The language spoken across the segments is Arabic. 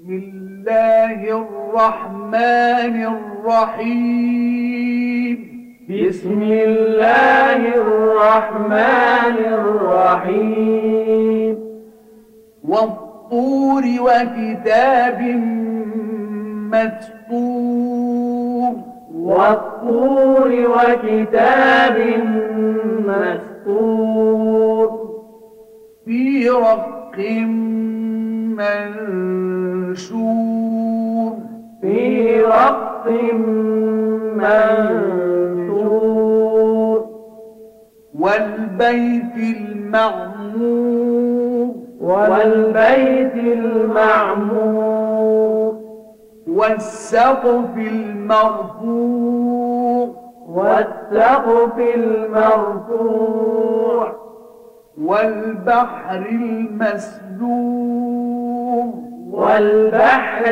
الله الرحمن الرحيم بسم الله الرحمن الرحيم والطور وكتاب مسطور والطور وكتاب مسطور في رق منشور في رق منشور والبيت المعمور والبيت المعمور والسقف المرفوع والسقف المرفوع والبحر المسجور والبحر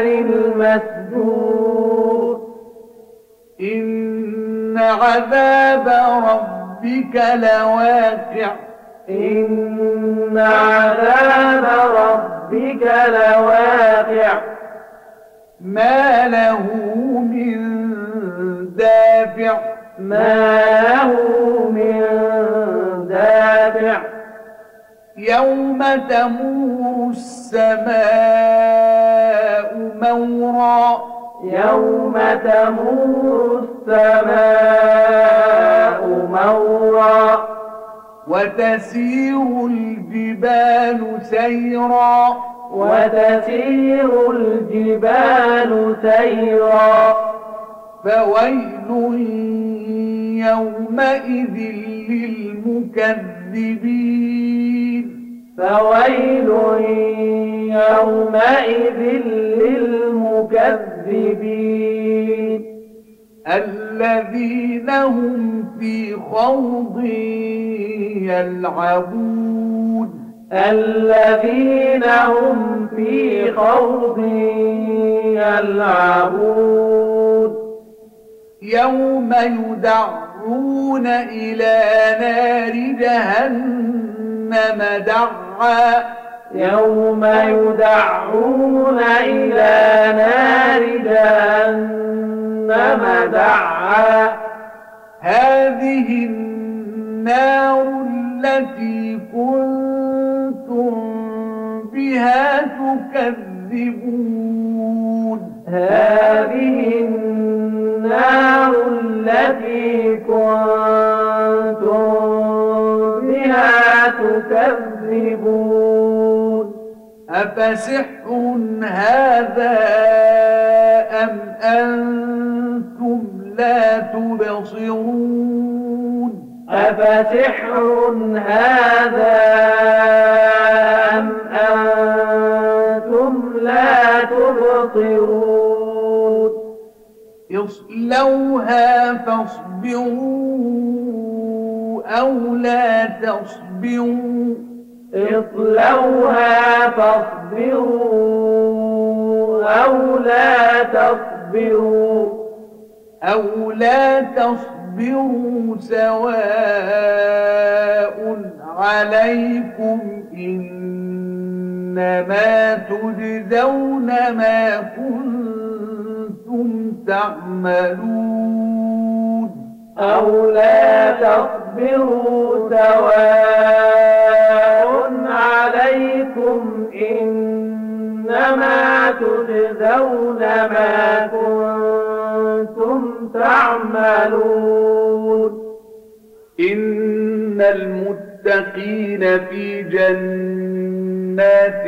المسجور إن عذاب ربك لواقع إن عذاب ربك لواقع ما له من دافع ما له من دافع يوم تمور السماء مورا يوم تمور السماء مورا وتسير الجبال سيرا وتسير الجبال سيرا فويل يومئذ للمكذبين فويل يومئذ للمكذبين الذين هم في خوض يلعبون الذين هم في خوض يلعبون يوم يدعون إلى نار جهنم دعا يوم يدعون إلى نار جهنم دعا هذه النار التي كنتم بها تكذبون هذه النار التي كنتم بها تكذبون أفسحر هذا أم أنتم لا تبصرون أفسحر هذا أم أنتم لا تبصرون اصلوها فاصبروا أو لا تصبروا اصلوها فاصبروا أو لا تصبروا سواء عليكم إنما تجزون ما كنتم تعملون أو لا تصبروا سواء عليكم إنما تجزون ما كنتم تعملون إن المتقين في جنات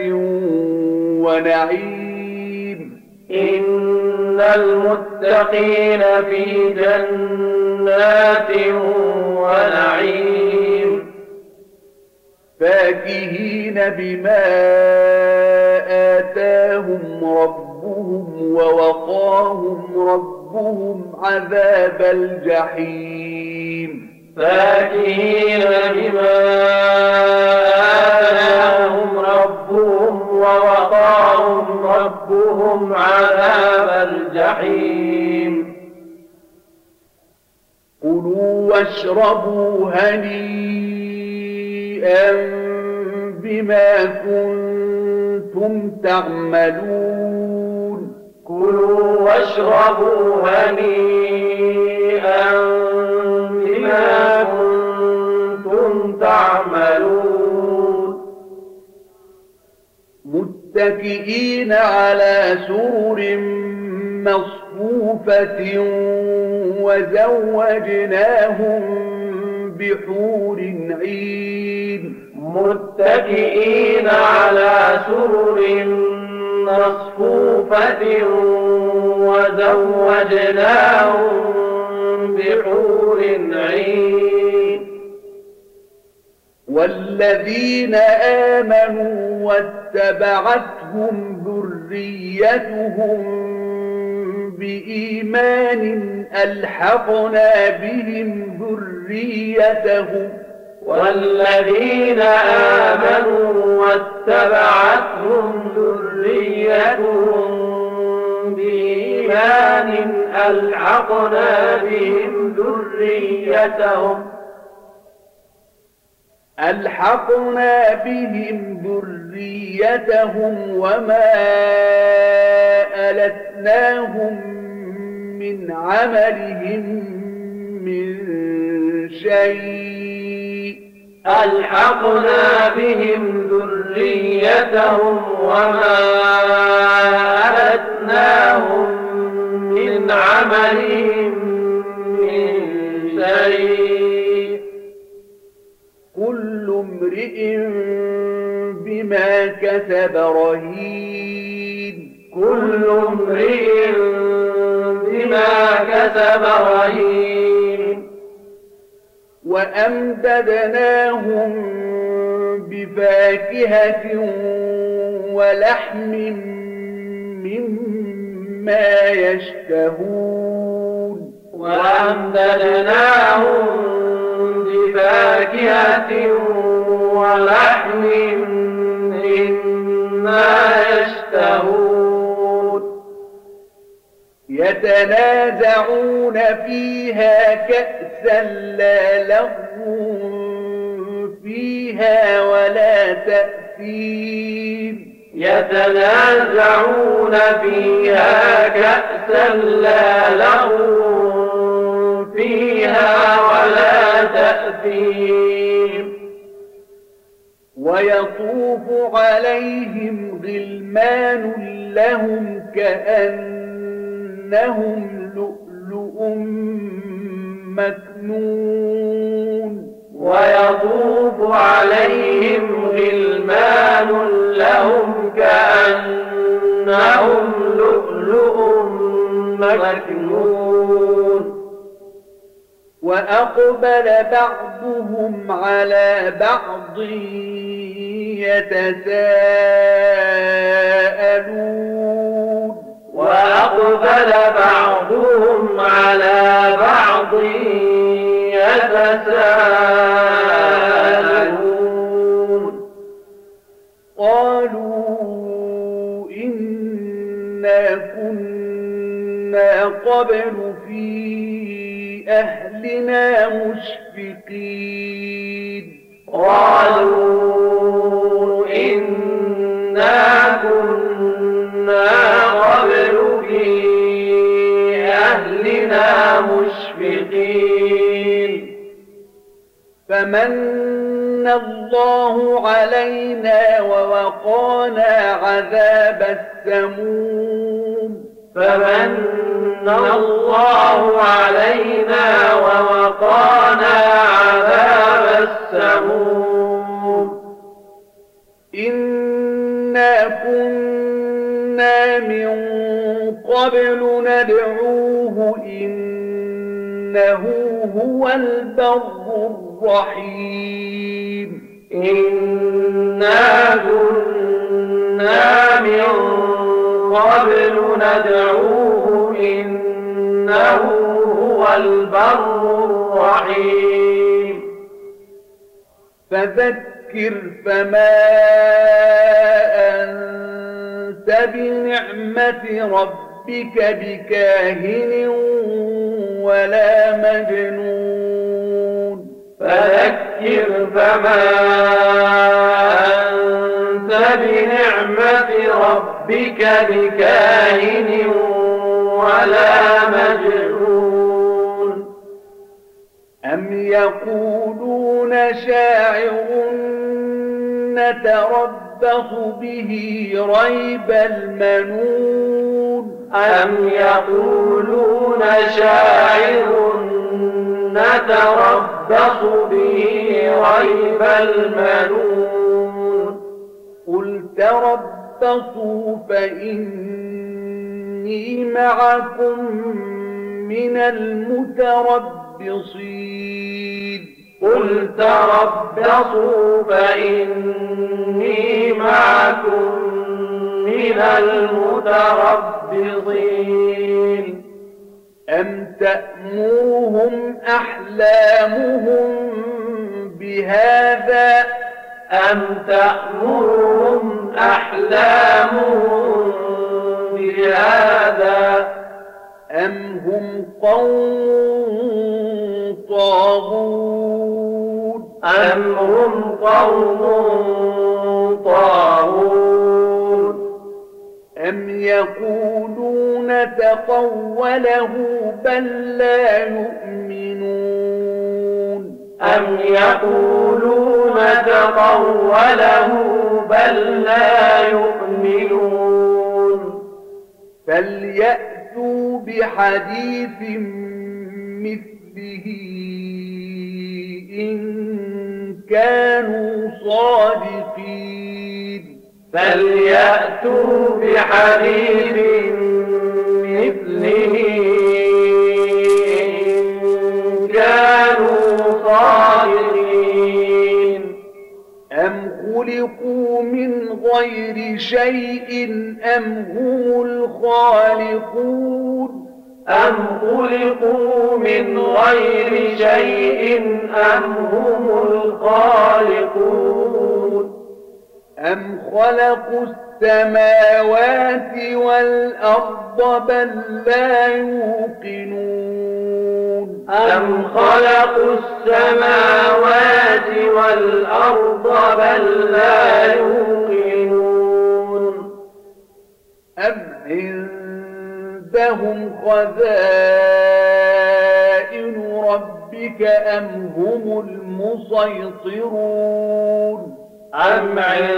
ونعيم إن المتقين في جنات ونعيم فاكهين بما آتاهم ربهم ووقاهم ربهم عذاب الجحيم فاكهين بما آتاهم ربهم ووقاهم ربهم عذاب الجحيم كلوا واشربوا هنيئا بما كنتم كنتم تعملون كلوا واشربوا هنيئا بما كنتم تعملون متكئين على سرر مصفوفة وزوجناهم بحور عين متكئين على سرر مصفوفة وزوجناهم بحور عين والذين آمنوا واتبعتهم ذريتهم بإيمان ألحقنا بهم ذريتهم والذين آمنوا واتبعتهم ذريتهم بإيمان ألحقنا بهم ذريتهم وما ألتناهم من عملهم من شيء ألحقنا بهم ذريتهم وما ألتناهم من عملهم من شيء كل امرئ بما كسب رهين كل امرئ بما كسب رهين وأمددناهم بفاكهة ولحم مما يشتهون وأمددناهم بفاكهة ولحم مما يشتهون يتنازعون فيها كأسا لا لغو فيها ولا تأثيم يتنازعون فيها كأسا لا لغو فيها ولا تأثيم ويطوف عليهم غلمان لهم كأنهم لؤلؤ مكنون ويطوف عليهم غلمان لهم كأنهم لؤلؤ مكنون وأقبل بعضهم على بعض يتساءلون وأقبل بعضهم على بعض يتساءلون قالوا إنا كنا قبل في أهلنا مشفقين قالوا إنا كنا قبل في أهلنا مشفقين فمن الله علينا ووقانا عذاب السموم فمن الله علينا ووقانا عذاب السموم إنا كنا من قبل ندعوه إنه هو البر الرحيم إنا كنا من قبل ندعوه إنه هو البر الرحيم فذكر فما أنت بنعمة ربك بكاهن ولا مجنون فذكر فما أنت بنعمة ربك بكاهن ولا مجنون أم يقولون شاعر نتربص به ريب المنون أم يقولون شاعر نتربص به ريب المنون قل تربصوا فإني معكم من المتربصين قل تربصوا فإني معكم من المتربصين أم تأمرهم أحلامهم بهذا أم تأمرهم أحلامهم بهذا أم هم قوم طاغون أم هم قوم طاغون أم يقولون تقوله بل لا يؤمنون أم يقولون تقوله بل لا يؤمنون فليأتوا بحديث مثله إن كانوا صادقين فليأتوا بحديث مثله إن كانوا صادقين أم خلقوا من غير شيء أم هم الخالقون أم خلقوا من غير شيء أم هم الخالقون أم خلقوا السماوات والأرض بل لا يوقنون أم خلقوا السماوات والأرض بل لا يوقنون أم عندهم خزائن ربك أم هم المسيطرون أم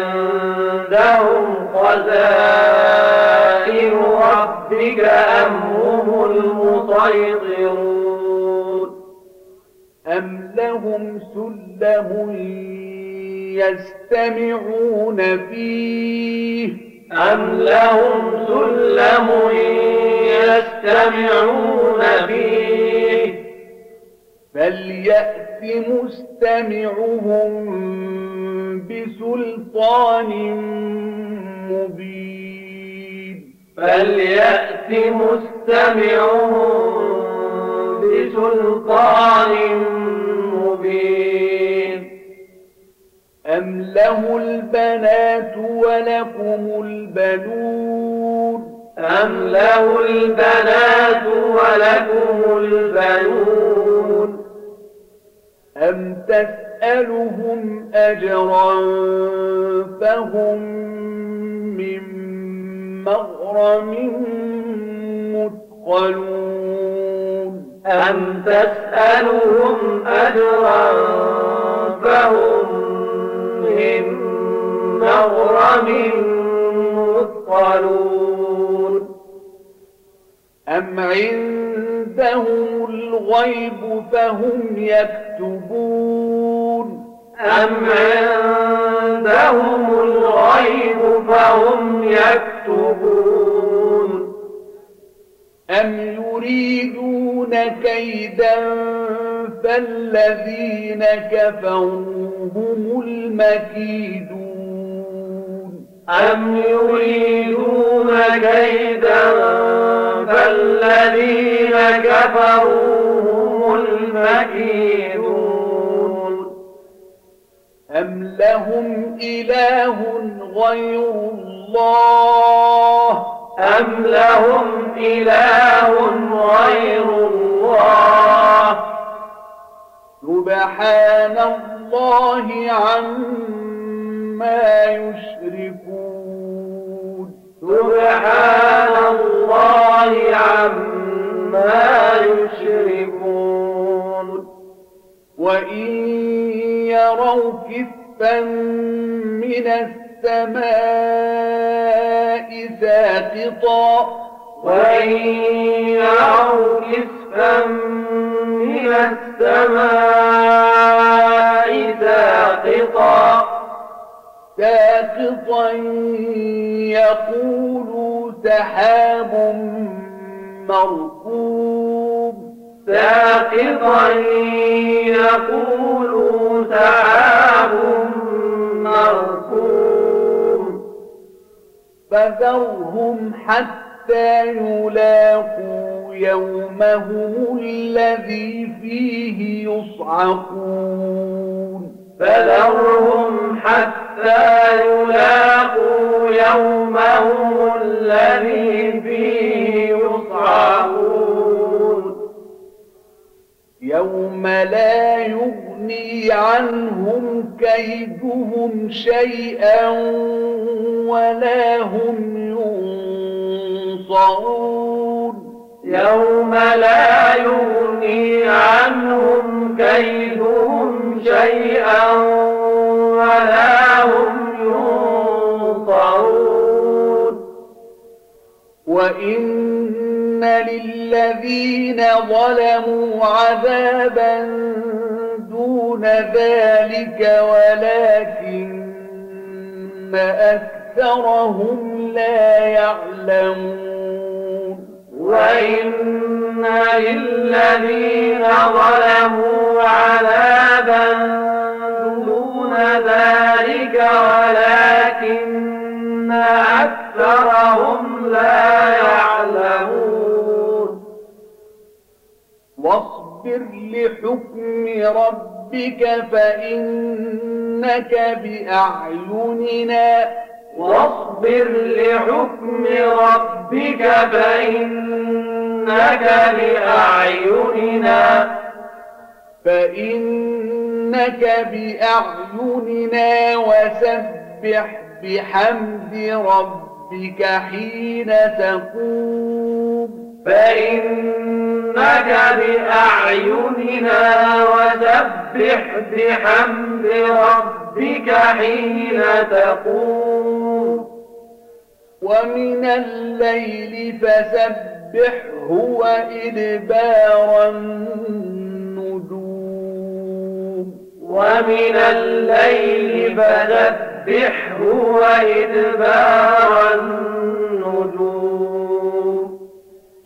عندهم خزائن ربك أم هم المسيطرون أم لهم سلم يستمعون فيه أم لهم سلم يستمعون فيه فليأت مستمعهم بسلطان مبين فليأت مستمعهم بسلطان مبين أم له البنات ولكم البنون أم له البنات ولكم البنون أم تسألهم أجرا فهم من مغرم مثقلون أم تسألهم أجرا فهم من مغرم مثقلون أم عندهم الغيب فهم يكتبون أم عندهم الغيب فهم يكتبون أم يريدون كيدا فالذين كفروا هم المكيدون أم يريدون كيدا فالذين كفروا هم المكيدون أم لهم إله غير الله أم لهم إله غير الله سبحان الله عما عما يشركون سبحان الله عما يشركون وإن يروا كسفا من السماء ساقطا وإن يروا كسفا من السماء ساقطا يقولوا سحاب مركوب ساقطا يقولوا سحاب مركوب فذرهم حتى يلاقوا يومهم الذي فيه يصعقون فذرهم حتى يلاقوا يومهم الذي فيه يصعقون يوم لا يغني عنهم كيدهم شيئا ولا هم ينصرون يوم لا يغني عنهم كيدهم شيئا ولا هم ينصرون وإن للذين ظلموا عذابا دون ذلك ولكن أكثرهم لا يعلمون وإن للذين ظلموا عذابا دون ذلك ولكن أكثرهم لا يعلمون واصبر لحكم ربك فإنك بأعيننا واصبر لحكم ربك فإنك بأعيننا وسبح بحمد ربك حين تقوم فإنك بأعيننا وسبح بحمد ربك حين تقوم ومن الليل فسبحه وإدبار النجوم ومن الليل فسبحه وإدبار النجوم